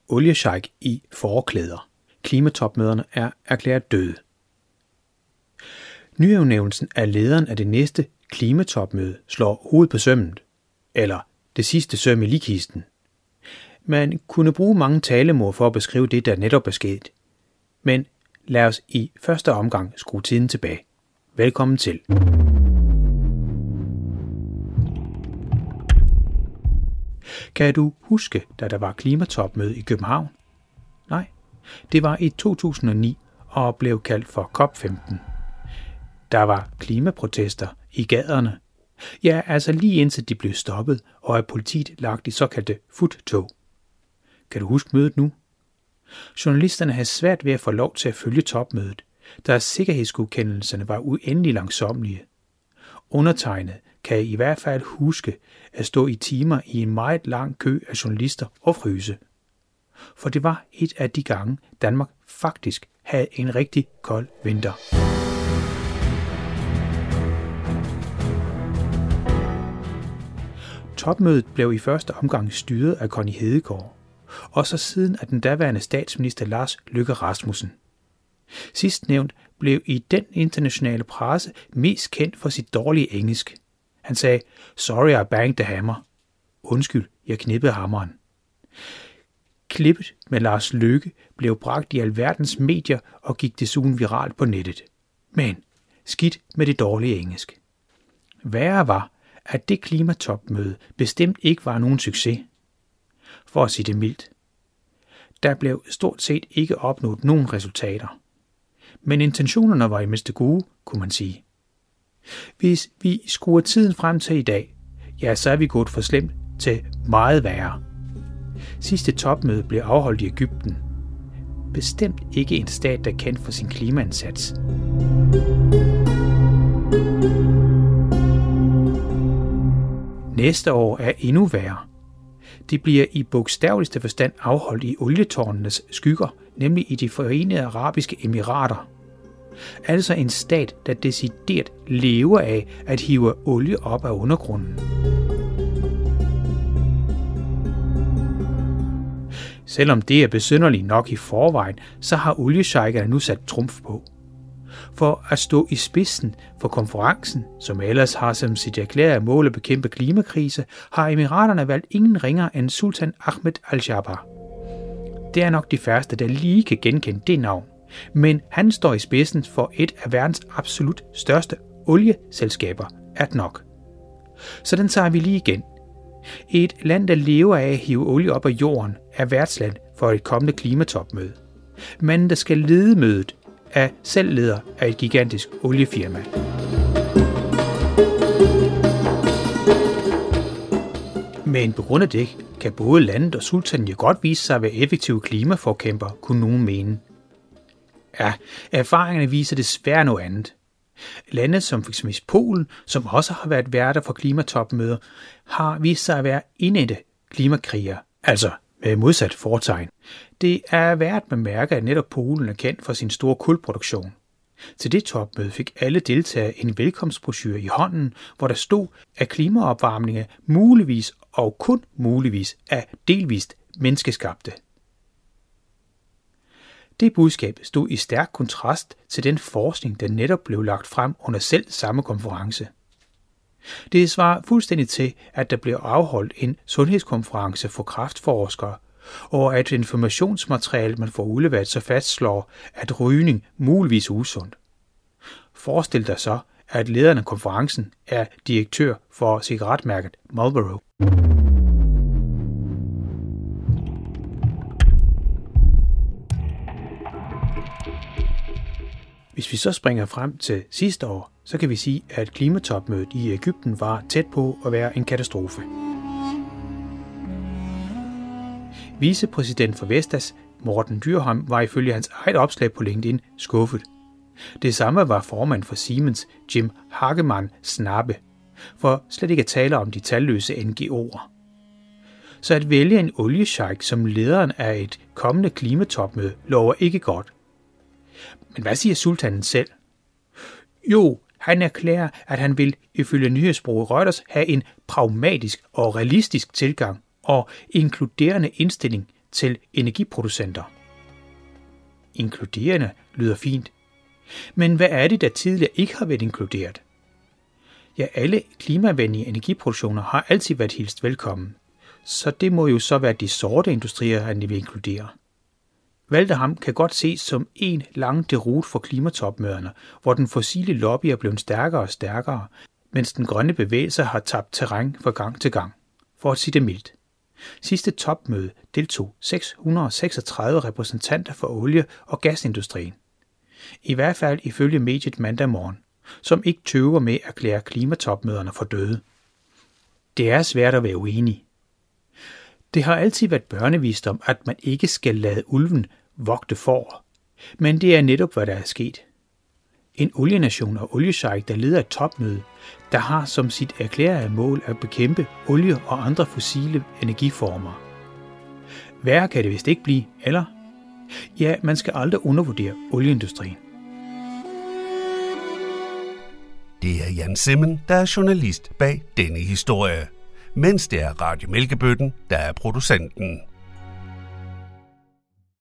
oliesheik i forklæder. Klimatopmøderne er erklæret døde. Nyudnævnelsen af lederen af det næste klimatopmøde slår hovedet på sømmet, eller det sidste søm i ligkisten. Man kunne bruge mange talemåder for at beskrive det, der netop er sket. Men lad os i første omgang skrue tiden tilbage. Velkommen til. Kan du huske, da der var klimatopmøde i København? Nej, det var i 2009 og blev kaldt for COP15. Der var klimaprotester i gaderne. Ja, altså lige indtil de blev stoppet, og at politiet lagt i såkaldte futtog. Kan du huske mødet nu? Journalisterne havde svært ved at få lov til at følge topmødet, da sikkerhedsgodkendelserne var uendelig langsommelige. Undertegnet kan i hvert fald huske at stå i timer i en meget lang kø af journalister og fryse. For det var et af de gange, Danmark faktisk havde en rigtig kold vinter. Topmødet blev i første omgang styret af Connie Hedegaard, og så siden af den daværende statsminister Lars Løkke Rasmussen. Sidstnævnt blev i den internationale presse mest kendt for sit dårlige engelsk. Han sagde, "Sorry, I banged the hammer." Undskyld, jeg knippede hammeren. Klippet med Lars Løkke blev bragt i alverdens medier og gik desuden viralt på nettet. Men skidt med det dårlige engelsk. Værre var, at det klimatopmøde bestemt ikke var nogen succes. For at sige det mildt. Der blev stort set ikke opnået nogen resultater. Men intentionerne var i mindste gode, kunne man sige. Hvis vi skruer tiden frem til i dag, ja, så er vi gået for slemt til meget værre. Sidste topmøde blev afholdt i Egypten. Bestemt ikke en stat, der er kendt for sin klimaindsats. Næste år er endnu værre. Det bliver i bogstaveligste forstand afholdt i olietårnenes skygger, nemlig i de Forenede Arabiske Emirater. Altså en stat, der decideret lever af at hive olie op af undergrunden. Selvom det er besynderligt nok i forvejen, så har olieshejkerne nu sat trumf på. For at stå i spidsen for konferencen, som ellers har som sit erklærede mål at bekæmpe klimakrise, har Emiraterne valgt ingen ringere end Sultan Ahmed Al-Jaber. Det er nok de færreste, der lige kan genkende det navn, men han står i spidsen for et af verdens absolut største olieselskaber, ADNOC. Så den tager vi lige igen. Et land, der lever af at hive olie op af jorden, er værtsland for et kommende klimatopmøde. Manden, der skal lede mødet, er selv leder af et gigantisk oliefirma. Men på grund af det kan både landet og sultanen jo godt vise sig at være effektive klimaforkæmper, kunne nogen mene. Ja, erfaringerne viser desværre noget andet. Lande som f.eks. Polen, som også har været værter for klimatopmøder, har vist sig at være indædte klimakriger, altså med modsat fortegn. Det er værd at bemærke, at netop Polen er kendt for sin store kulproduktion. Til det topmøde fik alle deltagere en velkomstbrochure i hånden, hvor der stod, at klimaopvarmninger muligvis og kun muligvis er delvist menneskeskabte. Det budskab stod i stærk kontrast til den forskning, der netop blev lagt frem under selv samme konference. Det svarer fuldstændig til, at der blev afholdt en sundhedskonference for kræftforskere, og at informationsmateriale, man får udleveret, så fastslår, at rygning muligvis er usundt. Forestil dig så, at lederen af konferencen er direktør for cigaretmærket Marlboro. Hvis vi så springer frem til sidste år, så kan vi sige, at klimatopmødet i Egypten var tæt på at være en katastrofe. Vicepræsident for Vestas, Morten Dyrholm, var ifølge hans eget opslag på LinkedIn skuffet. Det samme var formand for Siemens, Jim Hagemann Snabe, for slet ikke at tale om de talløse NGO'er. Så at vælge en oliesheik som lederen af et kommende klimatopmøde lover ikke godt. Men hvad siger sultanen selv? Jo, han erklærer, at han vil ifølge nyhedsbureauet Reuters have en pragmatisk og realistisk tilgang og inkluderende indstilling til energiproducenter. Inkluderende lyder fint. Men hvad er det, der tidligere ikke har været inkluderet? Ja, alle klimavenlige energiproduktioner har altid været hilst velkommen. Så det må jo så være de sorte industrier, han vil inkludere. Waldenham kan godt ses som en lang deroute for klimatopmøderne, hvor den fossile lobby er blevet stærkere og stærkere, mens den grønne bevægelse har tabt terræn fra gang til gang, for at sige det mildt. Sidste topmøde deltog 636 repræsentanter for olie- og gasindustrien. I hvert fald ifølge mediet mandag morgen, som ikke tøver med at erklære klimatopmøderne for døde. Det er svært at være uenig. Det har altid været børnevisdom, at man ikke skal lade ulven vogte får. Men det er netop, hvad der er sket. En olienation og oliesheik, der leder et topmøde, der har som sit erklærede mål at bekæmpe olie og andre fossile energiformer. Værre kan det vist ikke blive, eller? Ja, man skal aldrig undervurdere olieindustrien. Det er Jan Simmen, der er journalist bag denne historie, mens det er Radio Mælkebøtten, der er producenten.